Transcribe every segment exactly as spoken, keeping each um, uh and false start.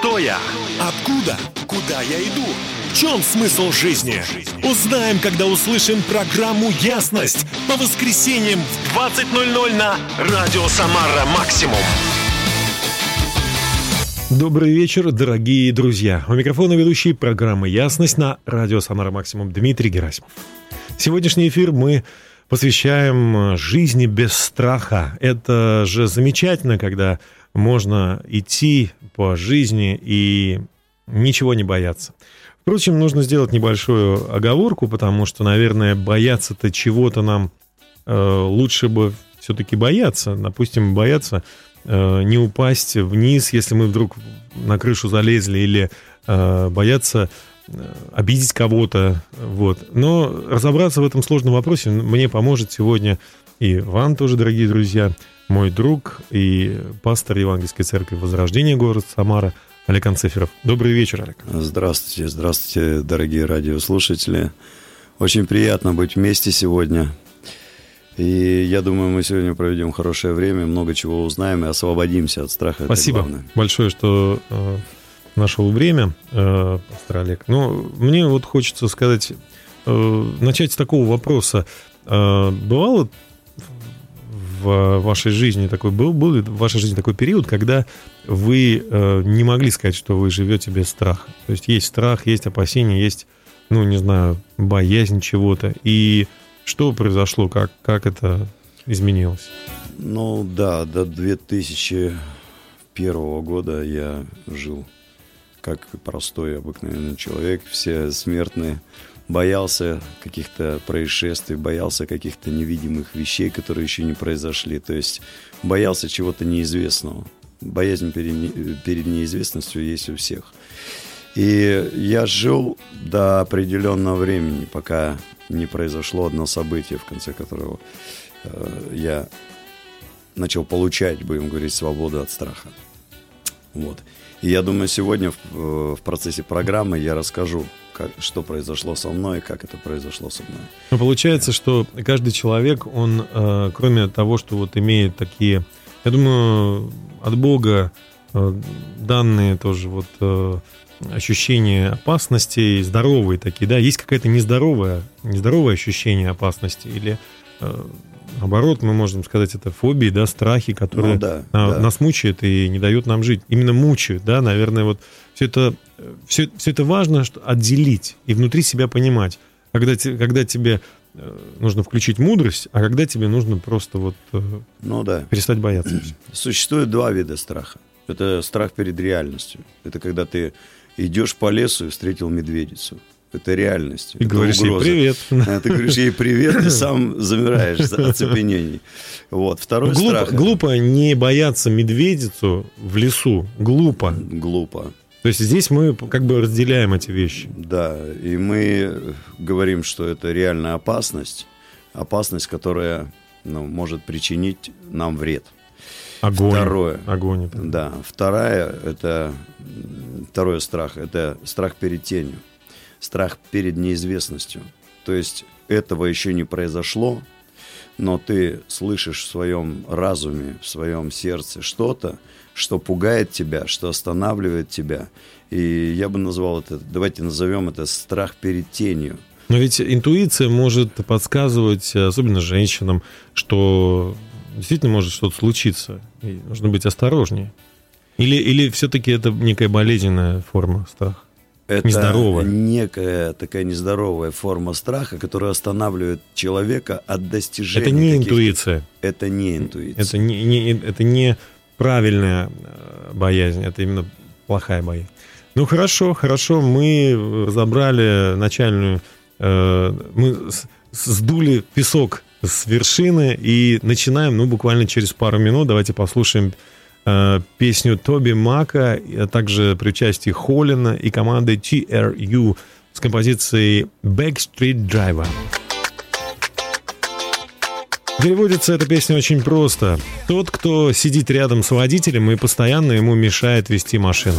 Кто я? Откуда? Куда я иду? В чем смысл жизни? Узнаем, когда услышим программу «Ясность» по воскресеньям в двадцать ноль ноль на Радио Самара Максимум. Добрый вечер, дорогие друзья. У микрофона ведущий программы «Ясность» на Радио Самара Максимум Дмитрий Герасимов. Сегодняшний эфир мы посвящаем жизни без страха. Это же замечательно, когда можно идти по жизни и ничего не бояться. Впрочем, нужно сделать небольшую оговорку, потому что, наверное, бояться-то чего-то нам э, лучше бы все-таки бояться. Допустим, бояться э, не упасть вниз, если мы вдруг на крышу залезли, или э, бояться э, обидеть кого-то. Вот. Но разобраться в этом сложном вопросе мне поможет сегодня и вам тоже, дорогие друзья, мой друг и пастор Евангельской церкви Возрождения, город Самара, Олег Анциферов. Добрый вечер, Олег. Здравствуйте, здравствуйте, дорогие радиослушатели. Очень приятно быть вместе сегодня. И я думаю, мы сегодня проведем хорошее время, много чего узнаем и освободимся от страха. Спасибо большое, что э, нашел время, э, пастор Олег. Но мне вот хочется сказать, э, начать с такого вопроса. Э, бывало в вашей жизни такой, был, был ли в вашей жизни такой период, когда вы э, не могли сказать, что вы живете без страха? То есть есть страх, есть опасения, есть, ну, не знаю, боязнь чего-то. И что произошло? Как, как это изменилось? Ну, да, до две тысячи первого года я жил как простой, обыкновенный человек. Все смертные. Боялся каких-то происшествий, боялся каких-то невидимых вещей, которые еще не произошли. То есть боялся чего-то неизвестного. Боязнь перед, перед неизвестностью есть у всех. И я жил до определенного времени, пока не произошло одно событие, в конце которого э, я начал получать, будем говорить, свободу от страха. Вот. И я думаю, сегодня в, в процессе программы я расскажу, как, что произошло со мной и как это произошло со мной. Ну, получается, что каждый человек, он, э, кроме того, что вот имеет такие, я думаю, от Бога э, данные тоже вот э, ощущения опасности, здоровые такие, да, есть какая-то нездоровая, нездоровое ощущение опасности или э, наоборот, мы можем сказать, это фобии, да, страхи, которые ну, да, на, да. нас мучают и не дают нам жить. Именно мучают, да, наверное, вот все это, все, все это важно что, отделить и внутри себя понимать, когда, те, когда тебе нужно включить мудрость, а когда тебе нужно просто вот ну, да. перестать бояться. Существует два вида страха. Это страх перед реальностью. Это когда ты идешь по лесу и встретил медведицу. Это реальность. И это говоришь угроза. Ей привет. Ты говоришь ей привет и сам замираешь от оцепенений. Вот. Второй глупо, страх. Глупо не бояться медведицу в лесу. Глупо. Глупо. То есть здесь мы как бы разделяем эти вещи. Да, и мы говорим, что это реальная опасность. Опасность, которая ну, может причинить нам вред. Огонь. Второе. Огонь. Да. Вторая, это, второй страх, это страх перед тенью. Страх перед неизвестностью. То есть этого еще не произошло, но ты слышишь в своем разуме, в своем сердце что-то, что пугает тебя, что останавливает тебя. И я бы назвал это, давайте назовем это страх перед тенью. Но ведь интуиция может подсказывать, особенно женщинам, что действительно может что-то случиться, и нужно быть осторожнее. Или, или все-таки это некая болезненная форма страха? Это нездоровая. Некая такая нездоровая форма страха, которая останавливает человека от достижения. Это не интуиция. Это не интуиция. Это не, не, это не правильная боязнь, это именно плохая боязнь. Ну хорошо, хорошо, мы разобрали начальную, э, мы сдули песок с вершины и начинаем, ну буквально через пару минут, давайте послушаем песню Тоби Мака, а также при участии Холлина и команды ти ар ю с композицией Backstreet Driver. Переводится эта песня очень просто. Тот, кто сидит рядом с водителем и постоянно ему мешает вести машину.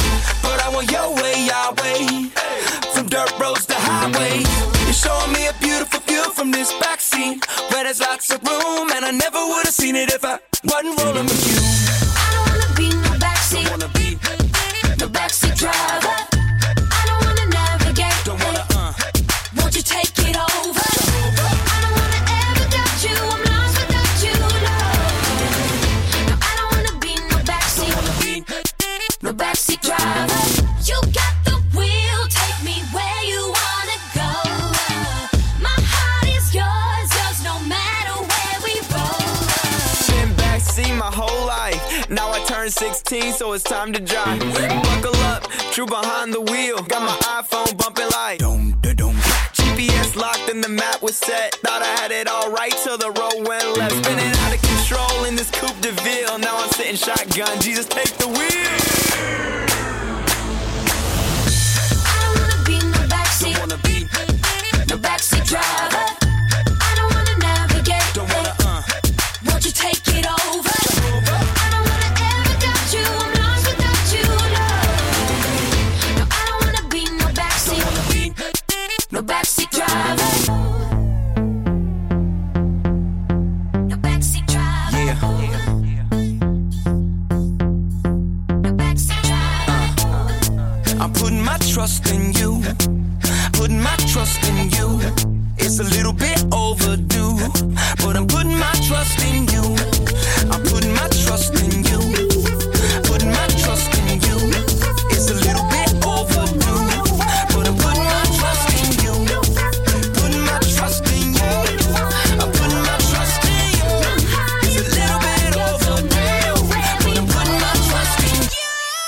Dirt roads to highways. You're showing me a beautiful scene where there's lots of room, and I never would have seen it if I wasn't rolling with you. I don't wanna be no backseat, don't wanna be no backseat driver. I don't wanna navigate, don't wanna, uh, won't you take it over? I don't wanna ever doubt you, I'm lost without you, no. No, I don't wanna be no backseat, don't wanna be no backseat driver. You got the wheel, take me where you wanna go. My heart is yours, yours no matter where we roll. Been backseat my whole life, now I turn sixteen, so it's time to drive. Buckle up, true behind the wheel, got my iPhone bumping like dum da dum. G P S locked and the map was set, thought I had it all right till the road went left. Spinning out of control in this Coupe de Ville, now I'm sitting shotgun, Jesus take the wheel. Don't wanna be no backseat driver. I don't wanna navigate, don't wanna, uh, won't you take it over? I don't wanna ever doubt you, I'm lost without you, no. No, I don't wanna be no backseat, don't wanna be no backseat driver. No backseat driver. Yeah. No backseat driver. Uh, I'm putting my trust in you. Putting my trust in you. It's a little bit overdue, but I'm putting my trust in you. I'm putting my trust in you. Putting my trust in you. It's a little bit overdue, but I'm putting my trust in you. Putting my trust in you. I'm putting my trust in you. It's a little bit overdue, but I'm putting my trust in you.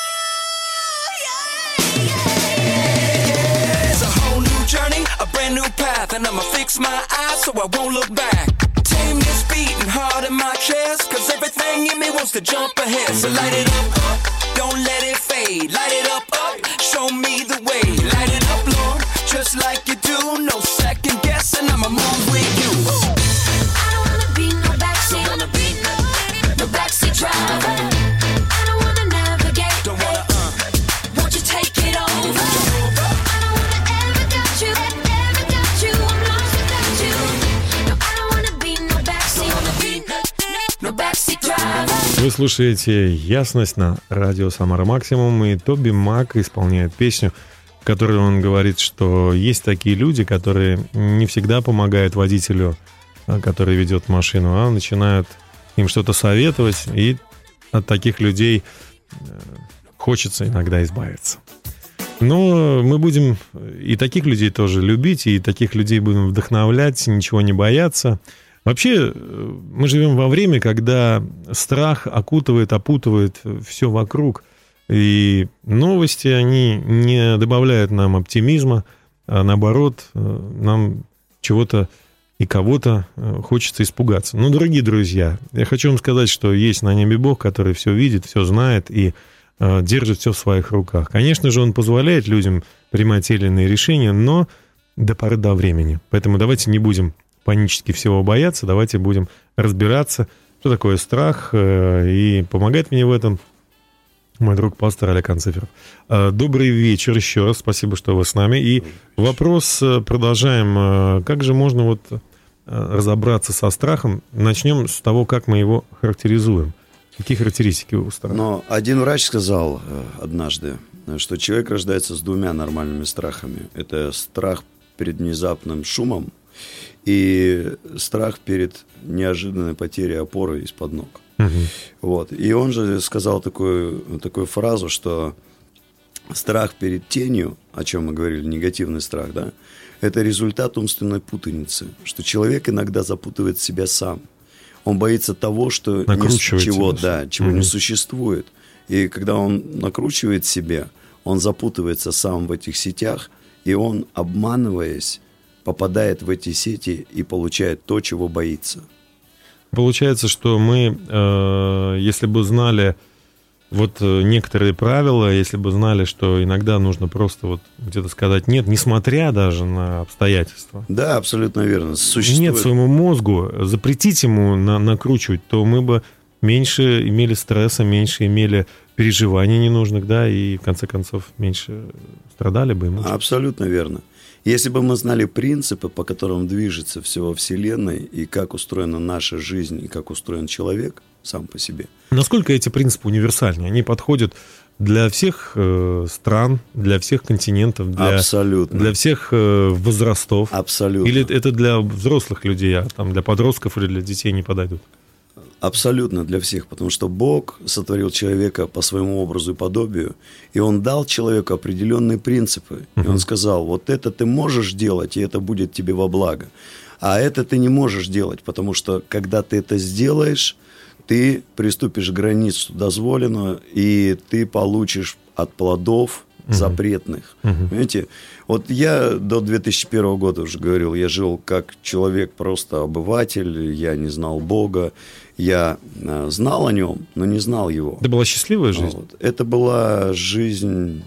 Journey, a brand new path, and I'ma fix my eyes so I won't look back. Tame this beating hard in my chest, cause everything in me wants to jump ahead. So light it up, up, don't let it fade. Light it up, up, show me the way. Light it up, Lord, just like you do. No second guessing, I'ma move with you. I don't wanna be no backseat, don't wanna be no backseat driver. I don't wanna navigate, don't wanna, uh, won't you take it over? Вы слушаете «Ясность» на радио «Самара Максимум», и Тоби Мак исполняет песню, в которой он говорит, что есть такие люди, которые не всегда помогают водителю, который ведет машину, а начинают им что-то советовать, и от таких людей хочется иногда избавиться. Но мы будем и таких людей тоже любить, и таких людей будем вдохновлять, ничего не бояться. Вообще, мы живем во время, когда страх окутывает, опутывает все вокруг. И новости, они не добавляют нам оптимизма, а наоборот, нам чего-то и кого-то хочется испугаться. Но, дорогие друзья, я хочу вам сказать, что есть на небе Бог, который все видит, все знает и держит все в своих руках. Конечно же, Он позволяет людям принимать те или иные решения, но до поры до времени. Поэтому давайте не будем панически всего бояться, давайте будем разбираться, что такое страх, и помогает мне в этом мой друг пастор Олег Анциферов. Добрый вечер еще раз, спасибо, что вы с нами. И вопрос продолжаем. Как же можно вот разобраться со страхом? Начнем с того, как мы его характеризуем. Какие характеристики у страха? Но один врач сказал однажды, что человек рождается с двумя нормальными страхами. Это страх перед внезапным шумом и страх перед неожиданной потерей опоры из-под ног. Угу. Вот. И он же сказал такую, такую фразу, что страх перед тенью, о чем мы говорили, негативный страх, да, это результат умственной путаницы, что человек иногда запутывает себя сам. Он боится того, что не, чего, да, чего угу. не существует. И когда он накручивает себе, он запутывается сам в этих сетях, и он, обманываясь, попадает в эти сети и получает то, чего боится. Получается, что мы, э, если бы знали вот некоторые правила, если бы знали, что иногда нужно просто вот где-то сказать «нет», несмотря даже на обстоятельства. Да, абсолютно верно. Существует... Нет своему мозгу, запретить ему на, накручивать, то мы бы меньше имели стресса, меньше имели переживаний ненужных, да, и в конце концов меньше страдали бы. Мучились. Абсолютно верно. Если бы мы знали принципы, по которым движется все во Вселенной, и как устроена наша жизнь, и как устроен человек сам по себе. Насколько эти принципы универсальны? Они подходят для всех э, стран, для всех континентов, для, Абсолютно. для всех э, возрастов? Абсолютно. Или это для взрослых людей, а там для подростков или для детей не подойдут? Абсолютно для всех, потому что Бог сотворил человека по своему образу и подобию, и Он дал человеку определенные принципы. Uh-huh. И Он сказал, вот это ты можешь делать, и это будет тебе во благо. А это ты не можешь делать, потому что когда ты это сделаешь, ты приступишь к границу дозволенного, и ты получишь от плодов uh-huh. запретных. Uh-huh. Понимаете? Вот я до две тысячи первого года уже говорил, я жил как человек, просто обыватель, я не знал Бога, я знал о нем, но не знал его. Это была счастливая жизнь? Вот. Это была жизнь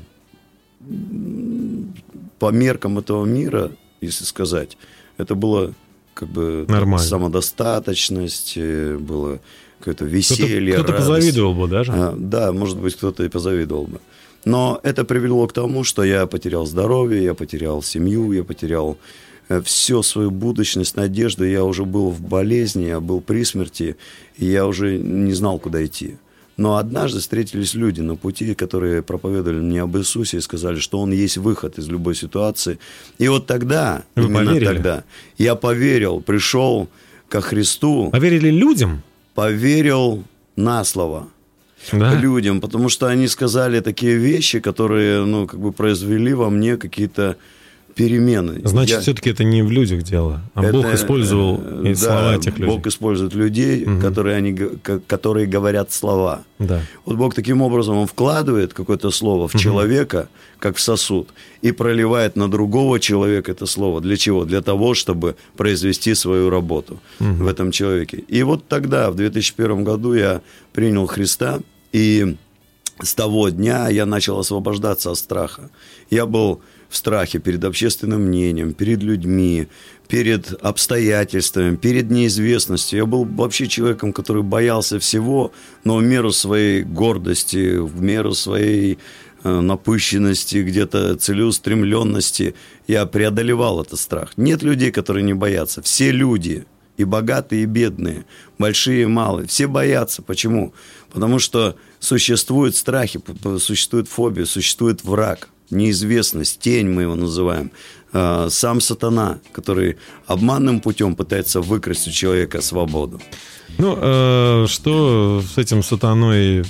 по меркам этого мира, если сказать. Это было как бы нормально. Самодостаточность, было какое-то веселье, Кто-то, кто-то позавидовал бы даже? А, да, может быть, кто-то и позавидовал бы. Но это привело к тому, что я потерял здоровье, я потерял семью, я потерял всю свою будущность, надежду. Я уже был в болезни, я был при смерти, и я уже не знал, куда идти. Но однажды встретились люди на пути, которые проповедовали мне об Иисусе и сказали, что Он есть выход из любой ситуации. И вот тогда, Вы именно поверили? тогда, я поверил, пришел ко Христу. Поверили людям? Поверил на слово. Да? Людям, потому что они сказали такие вещи, которые, ну, как бы произвели во мне какие-то перемены. Значит, Я... все-таки это не в людях дело, а это, Бог использовал да, слова этих людей. Бог использует людей, угу. которые, они, которые говорят слова. Да. Вот Бог таким образом, Он вкладывает какое-то слово в угу. человека, как в сосуд, и проливает на другого человека это слово. Для чего? Для того, чтобы произвести свою работу угу. в этом человеке. И вот тогда, в две тысячи первом году, я принял Христа, и с того дня я начал освобождаться от страха. Я был в страхе перед общественным мнением, перед людьми, перед обстоятельствами, перед неизвестностью. Я был вообще человеком, который боялся всего, но в меру своей гордости, в меру своей э, напыщенности, где-то целеустремленности я преодолевал этот страх. Нет людей, которые не боятся. Все люди, и богатые, и бедные, большие и малые, все боятся. Почему? Потому что существуют страхи, существует фобия, существует враг. Неизвестность, тень мы его называем, сам сатана, который обманным путем пытается выкрасть у человека свободу. Ну, э, что с этим сатаной,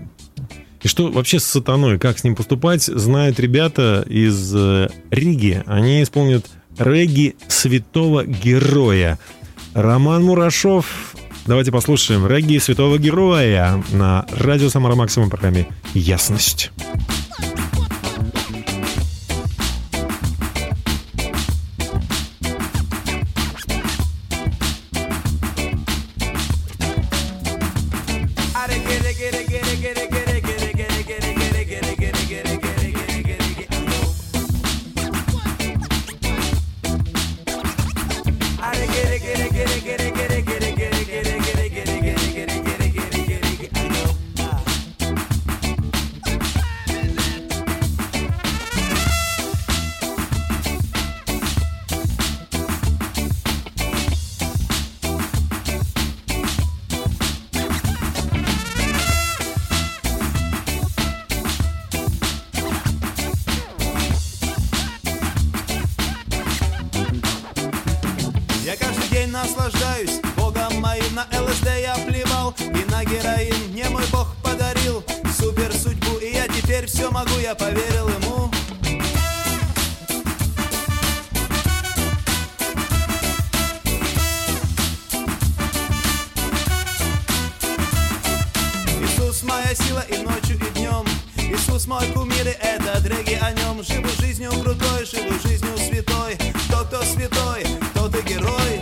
и что вообще с сатаной, как с ним поступать, знают ребята из Риги. Они исполнят регги святого героя. Роман Мурашов. Давайте послушаем регги святого героя на радио «Самара Максимум» в программе «Ясность». Наслаждаюсь Богом моим, на ЛСД я плевал, и на героин мне мой Бог подарил супер судьбу, и я теперь все могу, я поверил ему. Иисус моя сила и ночью, и днем, Иисус мой кумир, и этот регги о нем. Живу жизнью крутой, живу жизнью святой, тот, кто святой, тот и герой.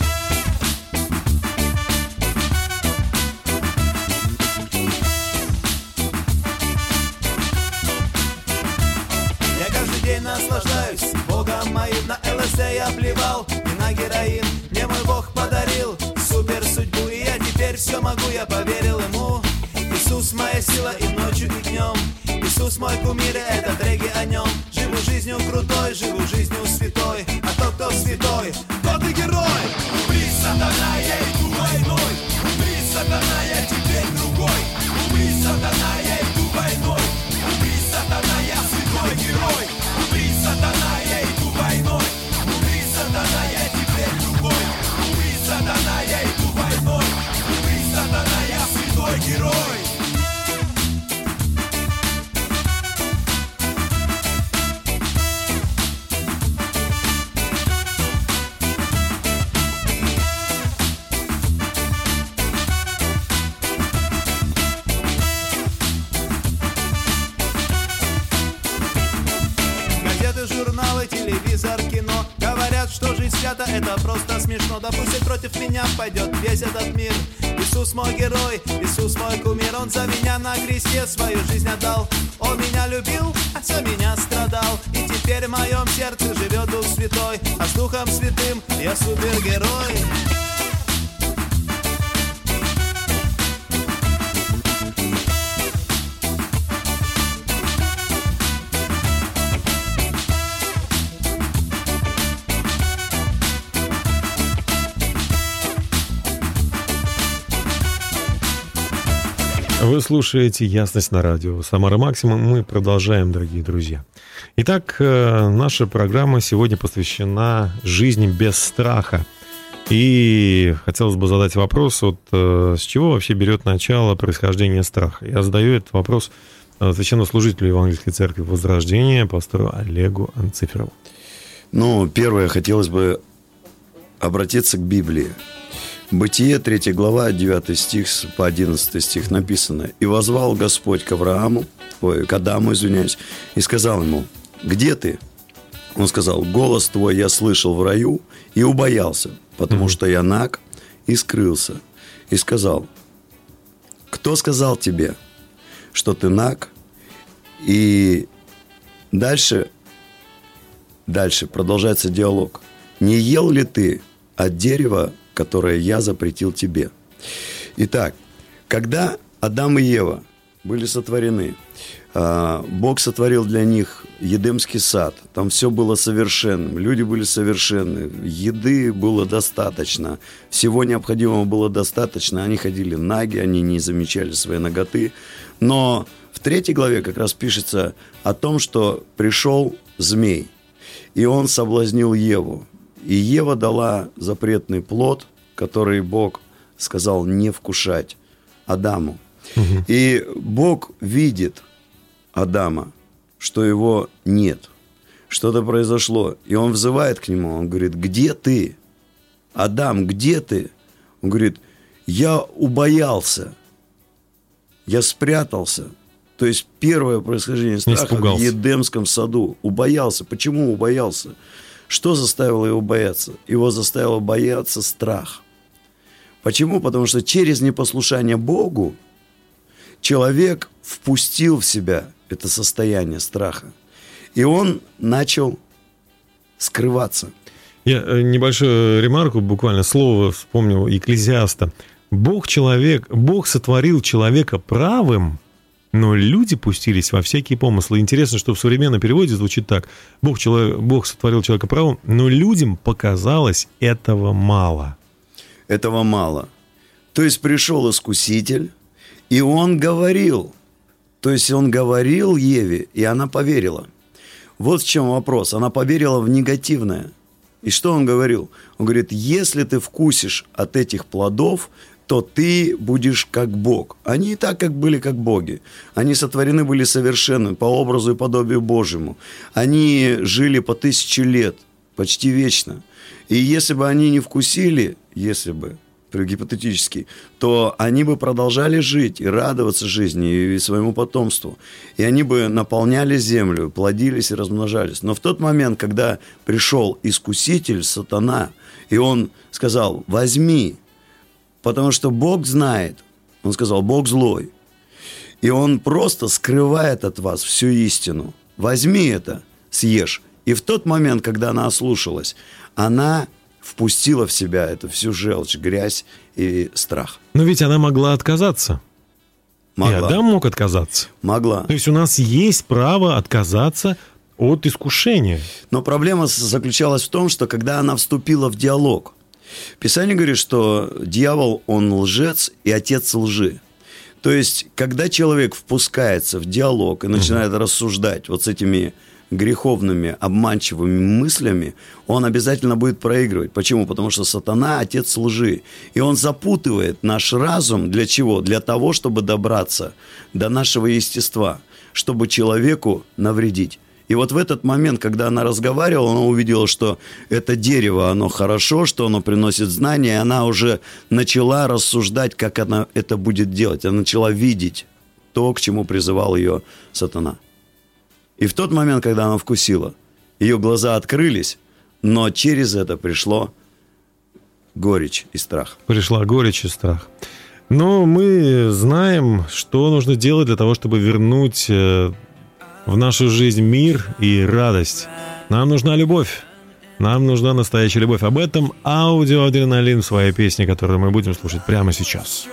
Наслаждаюсь Богом моим, на ЛСД я плевал, и на героин мне мой Бог подарил супер судьбу, и я теперь все могу, я поверил ему. Иисус моя моя сила и ночью, и днем. Иисус мой кумир, это треки о нем. Живу жизнью крутой, живу жизнью святой. А тот, кто святой, тот и герой. Умри, сатана, я иду войной. Умри, сатана, я теперь другой. Умри, сатана, я иду войной. Умри, сатана, я святой герой. Умри, сатана, я иду войной. Умри, сатана, я теперь другой. Умри, сатана, я иду войной. Умри, сатана, я святой герой. Журналы, телевизор, кино говорят, что жизнь свята, это просто смешно. Да пусть и против меня пойдет весь этот мир. Иисус мой герой, Иисус мой кумир. Он за меня на кресте свою жизнь отдал. Он меня любил, а за меня страдал. И теперь в моем сердце живет Дух Святой. А с Духом Святым я супергерой. Вы слушаете «Ясность» на радио «Самара Максимум». Мы продолжаем, дорогие друзья. Итак, наша программа сегодня посвящена жизни без страха. И хотелось бы задать вопрос, вот, с чего вообще берет начало происхождение страха. Я задаю этот вопрос священнослужителю Евангельской церкви Возрождения, пастору Олегу Анциферову. Ну, первое, хотелось бы обратиться к Библии. Бытие, третья глава, девятый стих по одиннадцатый стих написано: «И возвал Господь к Аврааму, ой, к Адаму, извиняюсь, и сказал ему: где ты? Он сказал: голос твой я слышал в раю и убоялся, потому что я наг и скрылся. И сказал: кто сказал тебе, что ты наг?» И дальше, дальше продолжается диалог. «Не ел ли ты от дерева, которое я запретил тебе?» Итак, когда Адам и Ева были сотворены, Бог сотворил для них Едемский сад. Там все было совершенным, люди были совершенны, еды было достаточно, всего необходимого было достаточно. Они ходили наги, они не замечали своей наготы. Но в третьей главе как раз пишется о том, что пришел змей, и он соблазнил Еву. И Ева дала запретный плод, который Бог сказал не вкушать Адаму. Угу. И Бог видит Адама, что его нет. Что-то произошло. И он взывает к нему. Он говорит: где ты? Адам, где ты? Он говорит: я убоялся. Я спрятался. То есть первое происхождение страха в Едемском саду. Убоялся. Почему убоялся? Что заставило его бояться? Его заставило бояться страх. Почему? Потому что через непослушание Богу человек впустил в себя это состояние страха. И он начал скрываться. Я небольшую ремарку, буквально слово вспомнил Екклезиаста. Бог, человек, Бог сотворил человека правым, но люди пустились во всякие помыслы. Интересно, что в современном переводе звучит так: Бог, человек, Бог сотворил человека правым, но людям показалось этого мало. Этого мало. То есть пришел искуситель, и он говорил. То есть он говорил Еве, и она поверила. Вот в чем вопрос. Она поверила в негативное. И что он говорил? Он говорит: если ты вкусишь от этих плодов, то ты будешь как Бог. Они и так как были как боги. Они сотворены были совершенны по образу и подобию Божьему. Они жили по тысяче лет, почти вечно. И если бы они не вкусили, если бы, гипотетически, то они бы продолжали жить и радоваться жизни и своему потомству. И они бы наполняли землю, плодились и размножались. Но в тот момент, когда пришел искуситель, сатана, и он сказал: возьми, потому что Бог знает. Он сказал: Бог злой. И он просто скрывает от вас всю истину. Возьми это, съешь. И в тот момент, когда она ослушалась, она впустила в себя эту всю желчь, грязь и страх. Но ведь она могла отказаться. Могла. И Адам мог отказаться. Могла. То есть у нас есть право отказаться от искушения. Но проблема заключалась в том, что когда она вступила в диалог, Писание говорит, что дьявол, он лжец и отец лжи. То есть, когда человек впускается в диалог и начинает угу. рассуждать вот с этими греховными, обманчивыми мыслями, он обязательно будет проигрывать. Почему? Потому что сатана – отец лжи. И он запутывает наш разум для чего? Для того, чтобы добраться до нашего естества, чтобы человеку навредить. И вот в этот момент, когда она разговаривала, она увидела, что это дерево, оно хорошо, что оно приносит знания, и она уже начала рассуждать, как она это будет делать. Она начала видеть то, к чему призывал ее сатана. И в тот момент, когда она вкусила, ее глаза открылись, но через это пришло горечь и страх. Пришла горечь и страх. Но мы знаем, что нужно делать для того, чтобы вернуть в нашу жизнь мир и радость. Нам нужна любовь. Нам нужна настоящая любовь. Об этом аудиоадреналин в своей песне, которую мы будем слушать прямо сейчас.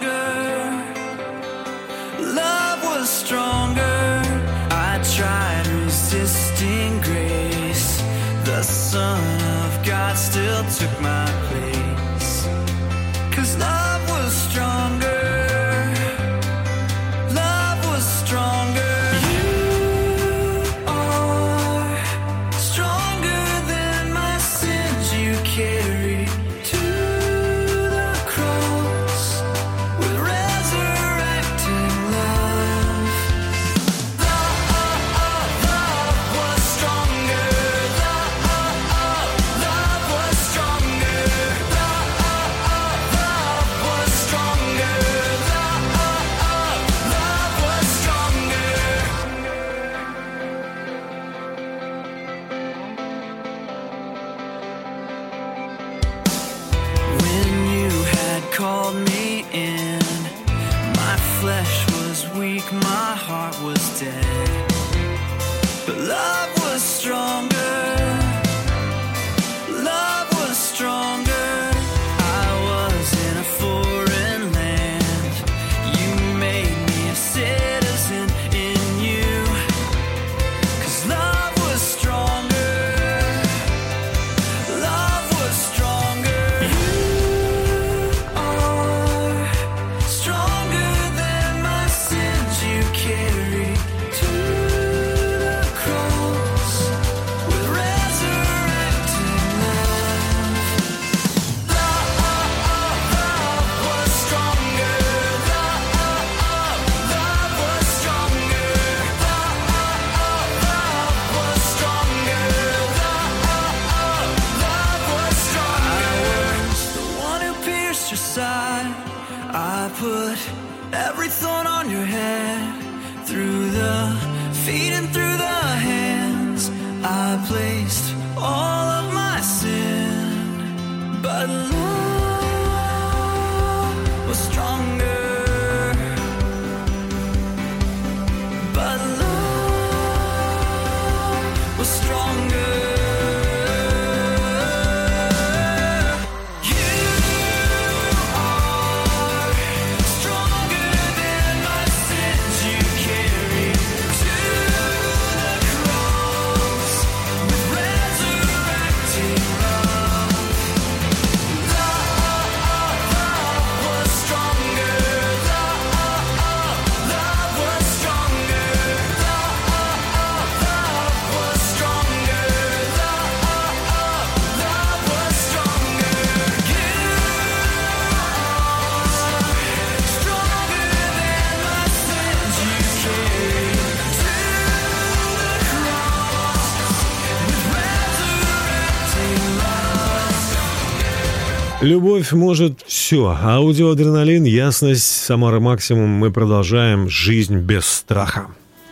Любовь может все. Аудиоадреналин, ясность, Самара Максимум. Мы продолжаем жизнь без страха.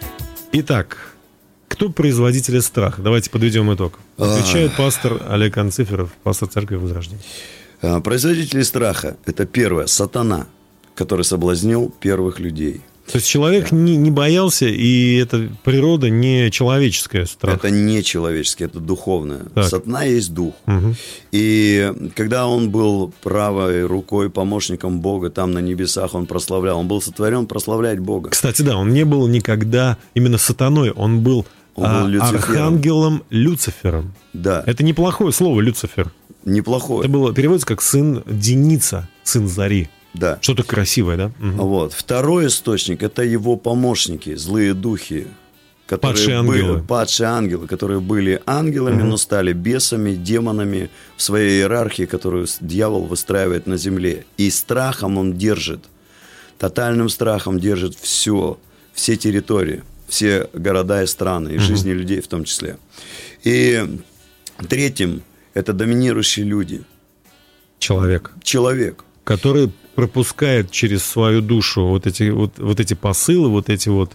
Итак, кто производитель страха? Давайте подведем итог. Отвечает пастор Олег Анциферов, пастор Церкви Возрождения. Производители страха – это первое, сатана, который соблазнил первых людей. То есть человек не, не боялся, и это природа не человеческая страх. Это не человеческое, это духовное. Так. Сатана есть дух. Угу. И когда он был правой рукой, помощником Бога, там на небесах он прославлял. Он был сотворен прославлять Бога. Кстати, да, он не был никогда именно сатаной, он был, Он был а, Люцифером. архангелом Люцифером. Да, Это неплохое слово, Люцифер. неплохой. Это было переводится как сын Деница, сын Зари. Да. Что-то красивое, да? Мгм. Вот. Второй источник – это его помощники, злые духи. Которые Падшие были, ангелы. падшие ангелы, которые были ангелами, Мгм. но стали бесами, демонами в своей иерархии, которую с- дьявол выстраивает на земле. И страхом он держит, тотальным страхом держит все, все территории, все города и страны, и Мгм. жизни людей в том числе. И третьим – это доминирующие люди. Человек, Человек. который пропускает через свою душу вот эти, вот, вот эти посылы, вот эти вот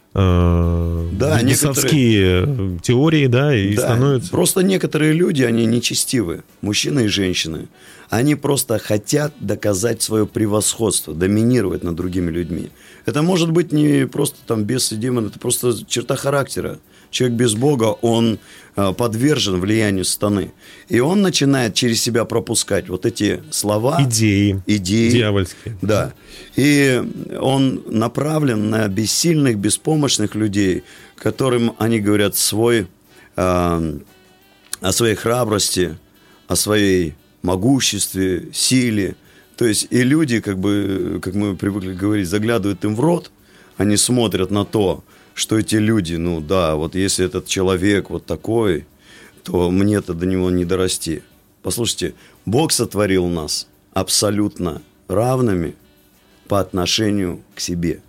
э, Да, бесовские теории, да, и Да, становится... просто некоторые люди, они нечестивы, мужчины и женщины. Они просто хотят доказать свое превосходство, доминировать над другими людьми. Это может быть не просто там бес и демон, это просто черта характера. Человек без Бога, он э, подвержен влиянию сатаны. И он начинает через себя пропускать вот эти слова, Идеи, идеи. дьявольские. Да. И он направлен на бессильных, беспомощных людей, которым они говорят свой, э, о своей храбрости, о своей могуществе, силе. То есть и люди, как бы, как мы привыкли говорить, заглядывают им в рот, они смотрят на то, что эти люди, ну да, вот если этот человек вот такой, то мне-то до него не дорасти. Послушайте, Бог сотворил нас абсолютно равными по отношению к себе.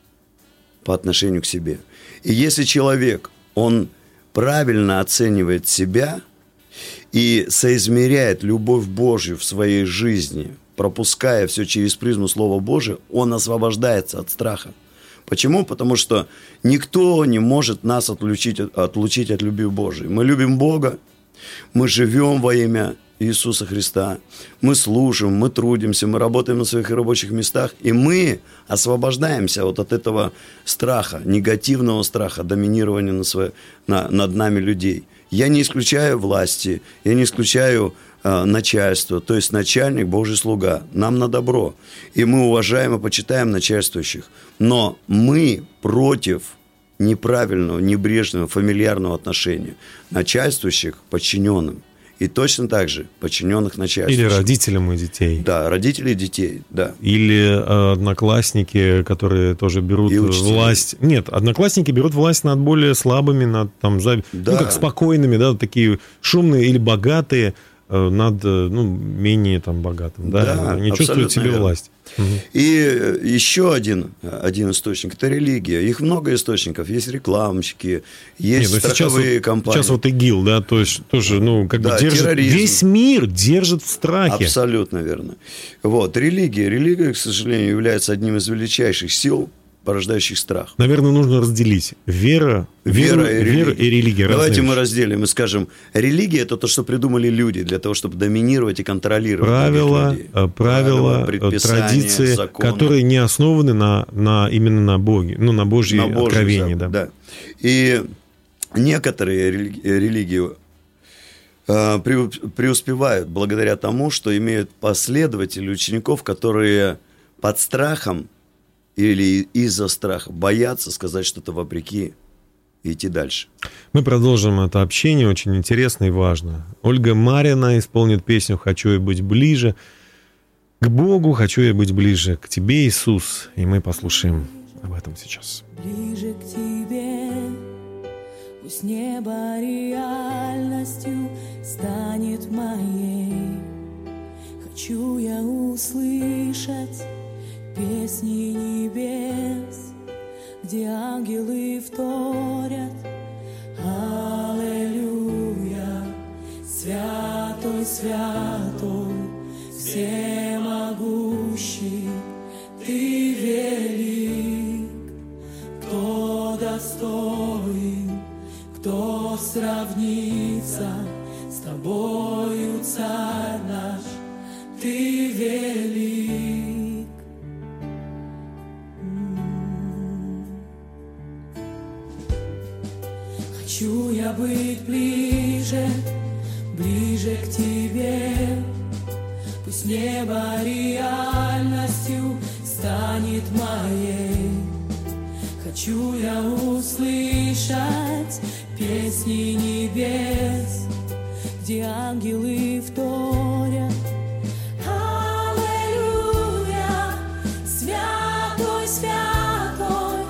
По отношению к себе. И если человек, он правильно оценивает себя и соизмеряет любовь Божью в своей жизни, пропуская все через призму Слова Божия, он освобождается от страха. Почему? Потому что никто не может нас отлучить, отлучить от любви Божией. Мы любим Бога, мы живем во имя Иисуса Христа, мы служим, мы трудимся, мы работаем на своих рабочих местах, и мы освобождаемся вот от этого страха, негативного страха, доминирования над, свое, на, над нами людей. Я не исключаю власти, я не исключаю э, начальство, то есть начальник, Божий слуга, нам на добро, и мы уважаем и почитаем начальствующих, но мы против неправильного, небрежного, фамильярного отношения начальствующих к подчиненным. И точно так же подчиненных начальствующих. Или родителям и детей. Да, родители и детей, да. Или э, одноклассники, которые тоже берут И учителя. власть. Нет, одноклассники берут власть над более слабыми, над там, за... Да. ну, как спокойными, да, такие шумные или богатые, э, над э, ну, менее там богатым. Да, Да, не чувствуют абсолютно себе верно. власть. Мгм. И еще один, один источник – это религия. Их много источников. Есть рекламщики, есть Не, ну страховые сейчас, компании. Сейчас вот ИГИЛ, да, то есть тоже, ну, как Да, бы держит, терроризм. весь мир держит в страхе. Абсолютно верно. Вот, религия. Религия, к сожалению, является одним из величайших сил, порождающих страх. Наверное, нужно разделить вера, Вера, веру- и, вера религия. и религия. Давайте разные мы вещи. разделим и скажем, религия – это то, что придумали люди для того, чтобы доминировать и контролировать Правила, других людей. э, правила, э, предписания, традиции, законы. которые не основаны на, на именно на Боге, ну, на Божьей На Божий откровении. запад, Да. да. И некоторые религи- религии э, преу- преуспевают благодаря тому, что имеют последователей, учеников, которые под страхом или из-за страха боятся сказать что-то вопреки и идти дальше. Мы продолжим это общение, очень интересно и важно. Ольга Марина исполнит песню «Хочу я быть ближе». К Богу хочу я быть ближе, к Тебе, Иисус. И мы послушаем об этом сейчас. Ближе к тебе, пусть небо реальностью станет моей. Хочу я услышать песни небес, где ангелы вторят. Аллилуйя, святой, святой, всемогущий, Ты велик. Кто достоин, кто сравнится с Тобою, Царь наш, Ты велик. М. ближе к тебе. Пусть небо реальностью станет моей. Хочу я услышать песни небес, где ангелы вторят. Аллилуйя, святой, святой,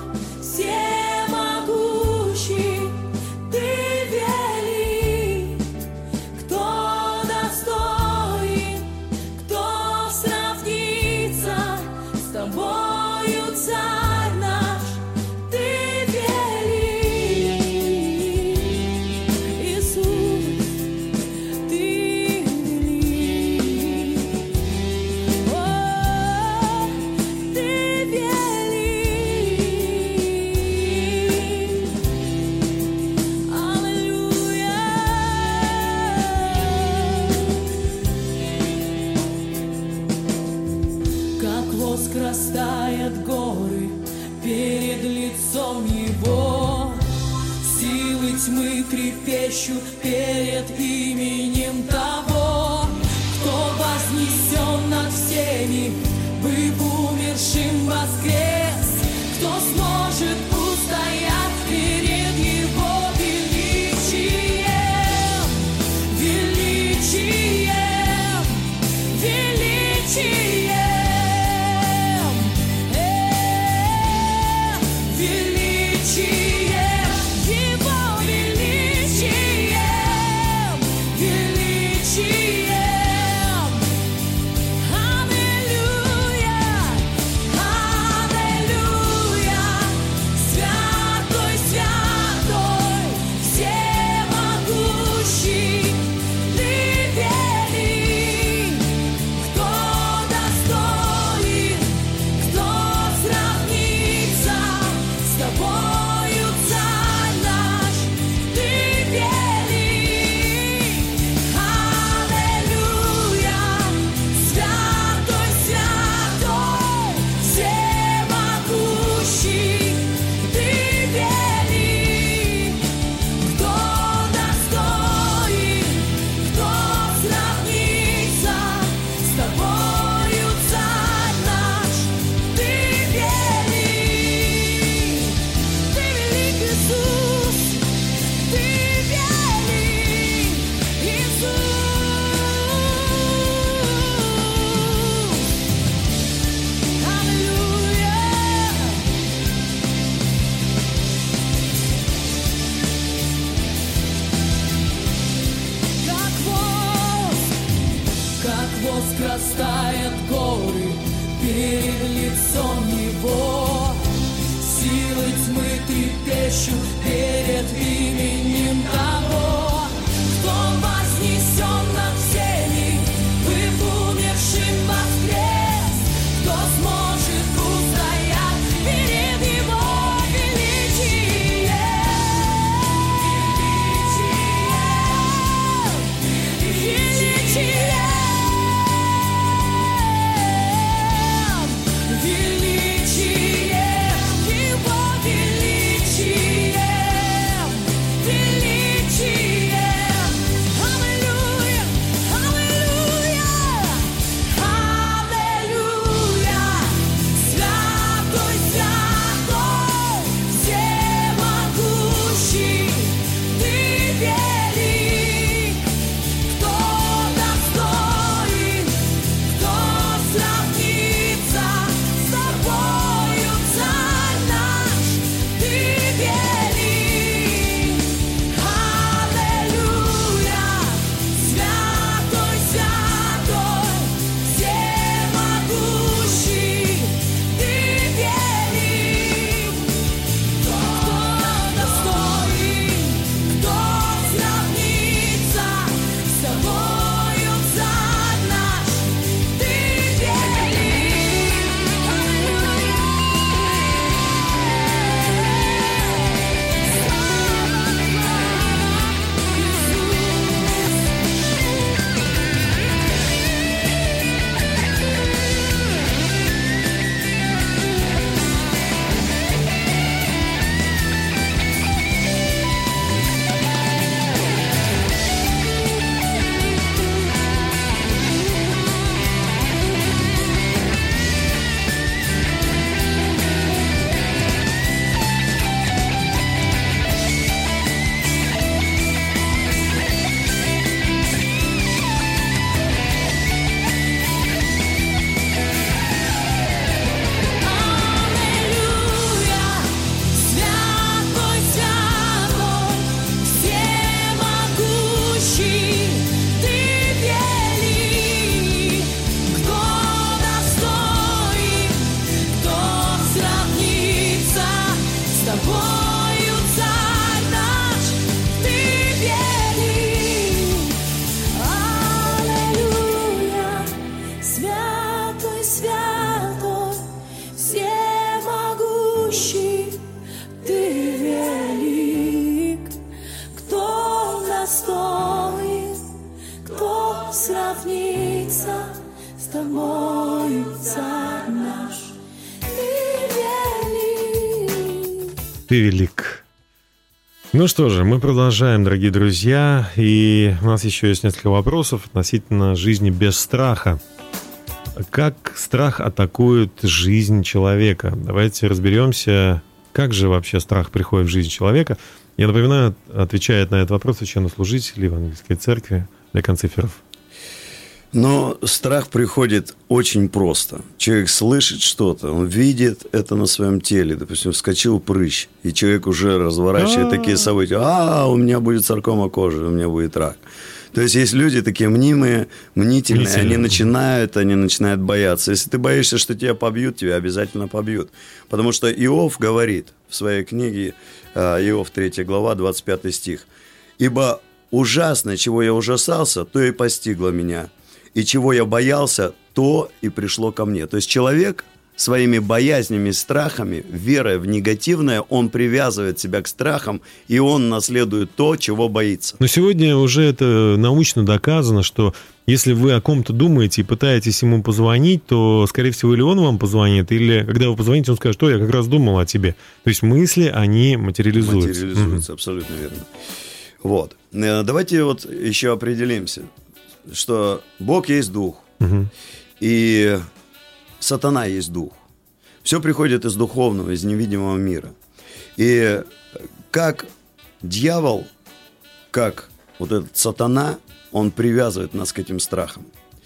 всемогущий, ты велик. Кто достоин, кто сравнится с тобою, царь наш, ты велик. Иисус, ты велик. О, ты велик. Аллилуйя. Как воск растает горы перед лицом Его, силы тьмы трепещут перед именем того, кто вознесен над всеми, быв умершим воскрес. Кто сможет устоять перед Его величием, величием, величием, э, величием, Его величием, величием. Аллилуйя, аллилуйя, святой, святой, всемогущий, ты велик. Кто достоин, кто сравнится с тобою, царь наш, ты велик. Аллилуйя, святой, святой, всемогущий, ты велик. Кто достоин, кто сравнится с тобою, царь наш, ты велик. Ты велик, Иисус, ты велик, Иисус. Аллилуйя. Как воск, как воск растает горы перед лицом Его, силы тьмы трепещут перед именем того, кто вознесен над всеми, быв умершим воскрес. Кто сможет устоять перед Его величием, величием, величием, Его величием. сравнится с тобою, царь наш. Ты велик. Ты велик. Ну что же, мы продолжаем, дорогие друзья, и у нас еще есть несколько вопросов относительно жизни без страха. Как страх атакует жизнь человека? Давайте разберемся, как же вообще страх приходит в жизнь человека. Я напоминаю, отвечает на этот вопрос священнослужитель Евангельской церкви Олег Анциферов. Но страх приходит очень просто. Человек слышит что-то, он видит это на своем теле. Допустим, вскочил прыщ, и человек уже разворачивает такие события. А, у меня будет саркома кожи, у меня будет рак. То есть есть люди такие мнимые, мнительные, Мнительные. они начинают, они начинают бояться. Если ты боишься, что тебя побьют, тебя обязательно побьют. Потому что Иов говорит в своей книге, Иов третья глава, двадцать пятый стих: «Ибо ужасно, чего я ужасался, то и постигло меня, и чего я боялся, то и пришло ко мне». То есть человек своими боязнями, страхами, верой в негативное, он привязывает себя к страхам, и он наследует то, чего боится. Но сегодня уже это научно доказано, что если вы о ком-то думаете и пытаетесь ему позвонить, то, скорее всего, или он вам позвонит, или когда вы позвоните, он скажет, что я как раз думал о тебе. То есть мысли, они материализуются. Материализуются, абсолютно верно. Вот. Давайте вот еще определимся, что Бог есть Дух, Мгм. и сатана есть Дух. Все приходит из духовного, из невидимого мира. И как дьявол, как вот этот сатана, он привязывает нас к этим страхам.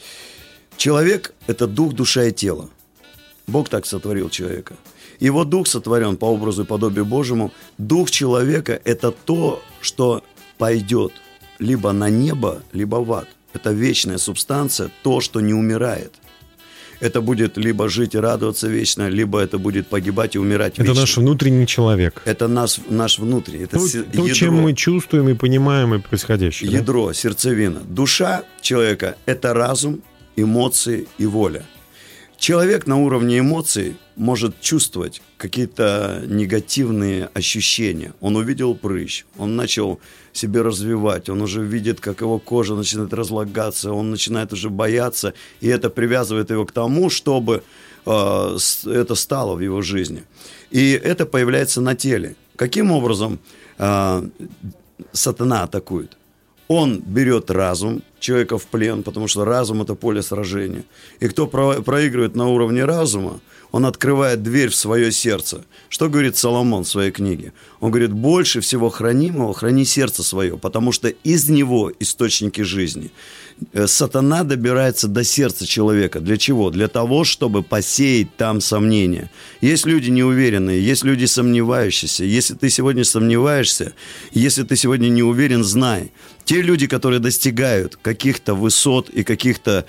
Человек – это дух, душа и тело. Бог так сотворил человека. Его дух сотворен по образу и подобию Божьему. Дух человека – это то, что пойдет либо на небо, либо в ад. Это вечная субстанция, то, что не умирает. Это будет либо жить и радоваться вечно, либо это будет погибать и умирать Это вечно. наш внутренний человек. Это наш, наш внутренний. Это То, се- то, ядро. чем мы чувствуем и понимаем и происходящее. да? Ядро, сердцевина. Душа человека – это разум, эмоции и воля. Человек на уровне эмоций может чувствовать какие-то негативные ощущения. Он увидел прыщ, он начал себе развивать, он уже видит, как его кожа начинает разлагаться, он начинает уже бояться, и это привязывает его к тому, чтобы э, с- это стало в его жизни. И это появляется на теле. Каким образом э, сатана атакует? Он берет разум человека в плен, потому что разум – это поле сражения. И кто про- проигрывает на уровне разума, он открывает дверь в свое сердце. Что говорит Соломон в своей книге? Он говорит, больше всего хранимого храни сердце свое, потому что из него источники жизни. Э, Сатана добирается до сердца человека. Для чего? Для того, чтобы посеять там сомнения. Есть люди неуверенные, есть люди сомневающиеся. Если ты сегодня сомневаешься, если ты сегодня не уверен, знай. Те люди, которые достигают каких-то высот и каких-то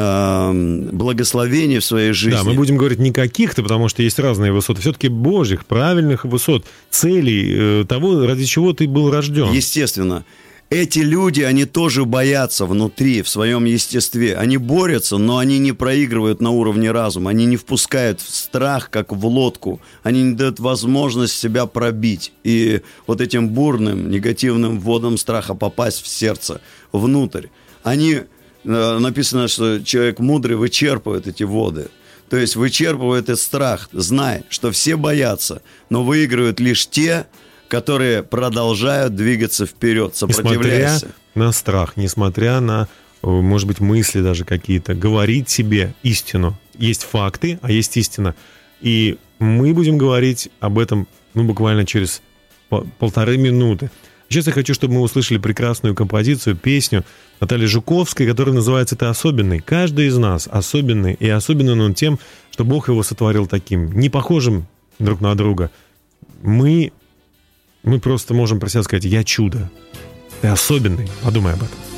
э, благословений в своей жизни. Да, мы будем говорить не каких-то, потому что есть разные высоты, все-таки божьих, правильных высот, целей, э, того, ради чего ты был рожден. Естественно. Эти люди, они тоже боятся внутри, в своем естестве. Они борются, но они не проигрывают на уровне разума. Они не впускают в страх, как в лодку. Они не дают возможность себя пробить. И вот этим бурным, негативным водам страха попасть в сердце, внутрь. Они, э, написано, что человек мудрый вычерпывает эти воды. То есть вычерпывает этот страх. Знай, что все боятся, но выигрывают лишь те, которые продолжают двигаться вперед, Несмотря сопротивляйся. на страх, несмотря на, э, может быть, мысли даже какие-то, говорить себе истину. Есть факты, а есть истина. И мы будем говорить об этом, ну, буквально через по- полторы минуты. Сейчас я хочу, чтобы мы услышали прекрасную композицию, песню Натальи Жуковской, которая называется «Ты особенный». Каждый из нас особенный, и особенный он тем, что Бог его сотворил таким, не похожим друг на друга. Мы... Мы просто можем про себя сказать «Я чудо». Ты особенный. Подумай об этом.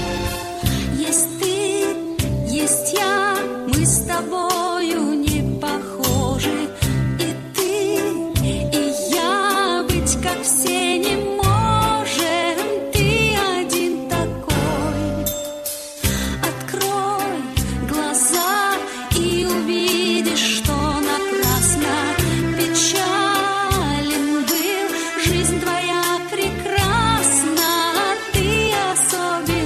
Есть ты, есть я, мы с тобою не похожи. И ты, и я быть как все не можем. Ты один такой. Открой глаза и увидишь, что напрасно печален был. Жизнь твоя прекрасна, ты особенный.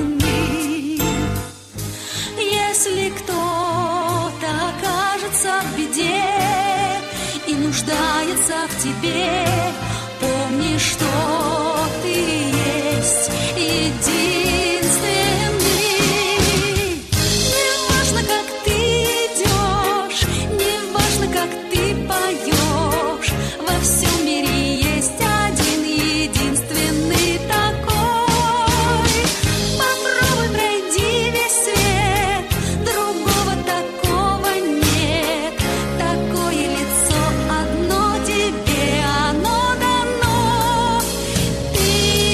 находится в тебе. Помни, что ты есть единственный. Не важно, как ты идешь, не важно, как ты поешь. Во всем мире есть один единственный такой. Попробуй пройди весь свет, другого такого нет. Такое лицо одно тебе, оно дано. Ты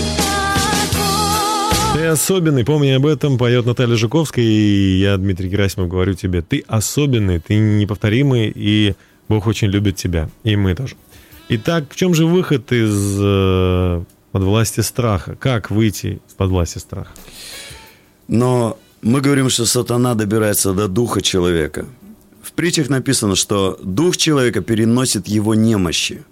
такой. Ты особенный, помни об этом, поет Наталья Жуковская, и я, Дмитрий Герасимов, говорю тебе, ты особенный, ты неповторимый, и Бог очень любит тебя, и мы тоже. Итак, в чем же выход из э, под власти страха? Как выйти из-под власти страха? Но мы говорим, что сатана добирается до духа человека. В притчах написано, что дух человека переносит его немощи.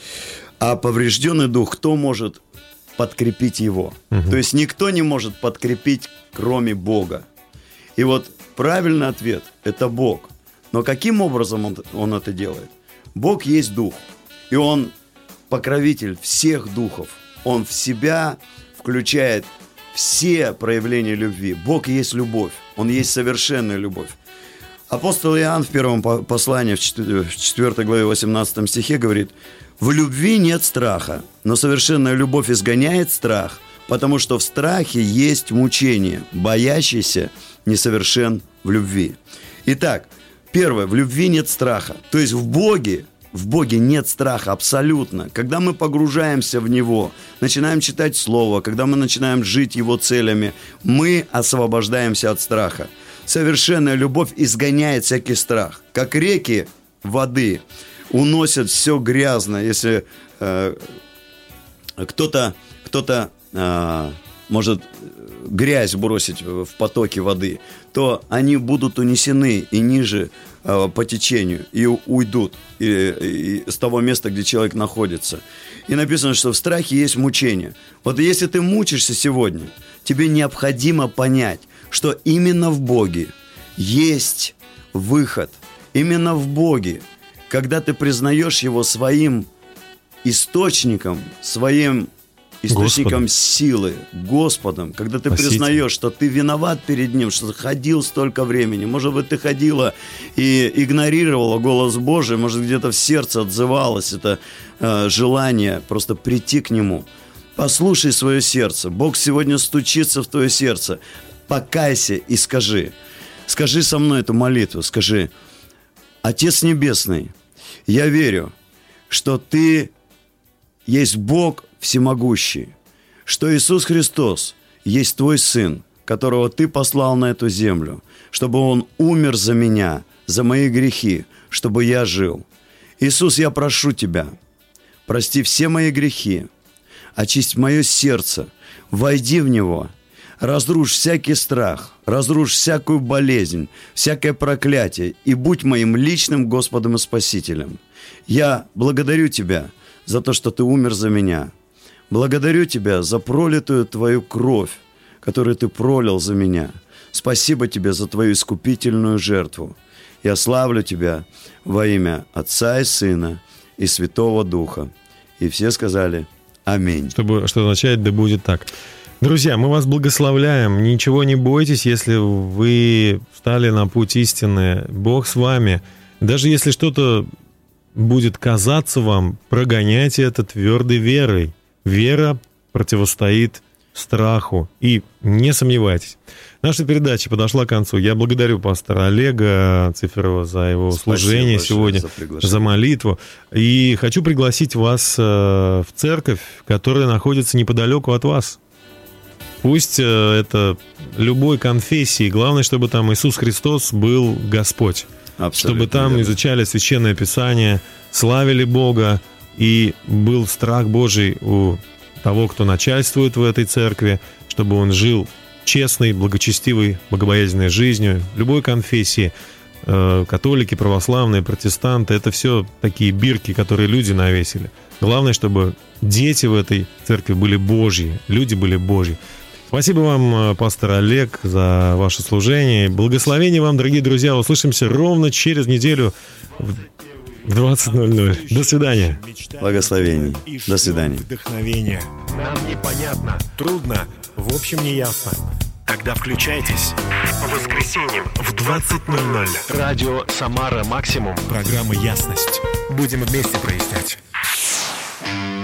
А поврежденный дух, кто может подкрепить его? Мгм. То есть никто не может подкрепить, кроме Бога. И вот правильный ответ – это Бог. Но каким образом он, он это делает? Бог есть дух. И он покровитель всех духов. Он в себя включает все проявления любви. Бог есть любовь. Он есть совершенная любовь. Апостол Иоанн в первом по- послании, в четвёртой главе, восемнадцатом стихе говорит: «В любви нет страха, но совершенная любовь изгоняет страх, потому что в страхе есть мучение, боящийся несовершен в любви». Итак, первое, в любви нет страха. То есть в Боге, в Боге нет страха абсолютно. Когда мы погружаемся в Него, начинаем читать Слово, когда мы начинаем жить Его целями, мы освобождаемся от страха. Совершенная любовь изгоняет всякий страх. Как реки воды уносят все грязное. Если э, кто-то, кто-то э, может грязь бросить в потоки воды, то они будут унесены и ниже э, по течению, и уйдут и, и с того места, где человек находится. И написано, что в страхе есть мучение. Вот если ты мучишься сегодня, тебе необходимо понять, что именно в Боге есть выход. Именно в Боге, когда ты признаешь Его своим источником, своим источником Господом. силы, Господом, когда ты Спасителем. признаешь, что ты виноват перед Ним, что ходил столько времени, может быть, ты ходила и игнорировала голос Божий, может, где-то в сердце отзывалось это э, желание просто прийти к Нему. Послушай свое сердце. Бог сегодня стучится в твое сердце. Покайся и скажи. Скажи со мной эту молитву. Скажи: Отец Небесный, я верю, что Ты есть Бог всемогущий, что Иисус Христос есть Твой Сын, которого Ты послал на эту землю, чтобы Он умер за меня, за мои грехи, чтобы я жил. Иисус, я прошу Тебя, прости все мои грехи, очисть мое сердце, войди в него, разрушь всякий страх, разрушь всякую болезнь, всякое проклятие и будь моим личным Господом и Спасителем. Я благодарю Тебя за то, что Ты умер за меня. Благодарю Тебя за пролитую Твою кровь, которую Ты пролил за меня. Спасибо Тебе за Твою искупительную жертву. Я славлю Тебя во имя Отца и Сына и Святого Духа. И все сказали аминь. Чтобы что означает, да будет так. Друзья, мы вас благословляем. Ничего не бойтесь, если вы встали на путь истины. Бог с вами. Даже если что-то будет казаться вам, прогоняйте это твердой верой. Вера противостоит страху. И не сомневайтесь. Наша передача подошла к концу. Я благодарю пастора Олега Циферова за его Спасибо служение большое сегодня, за приглашение. за молитву. И хочу пригласить вас э, в церковь, которая находится неподалеку от вас. Пусть э, это любой конфессии. Главное, чтобы там Иисус Христос был Господь. Абсолютно Чтобы там верно. изучали Священное Писание, славили Бога, и был страх Божий у того, кто начальствует в этой церкви, чтобы он жил честной, благочестивой, богобоязненной жизнью, любой конфессии. Э, католики, православные, протестанты — это все такие бирки, которые люди навесили. Главное, чтобы дети в этой церкви были Божьи, люди были Божьи. Спасибо вам, пастор Олег, за ваше служение. Благословения вам, дорогие друзья. Услышимся ровно через неделю. в двадцать ноль ноль. До свидания. Благословений. До свидания. Вдохновение. Нам непонятно, трудно, в общем не ясно. Тогда включайтесь. По воскресеньям в двадцать ноль ноль. Радио «Самара Максимум». Программа «Ясность». Будем вместе прояснять.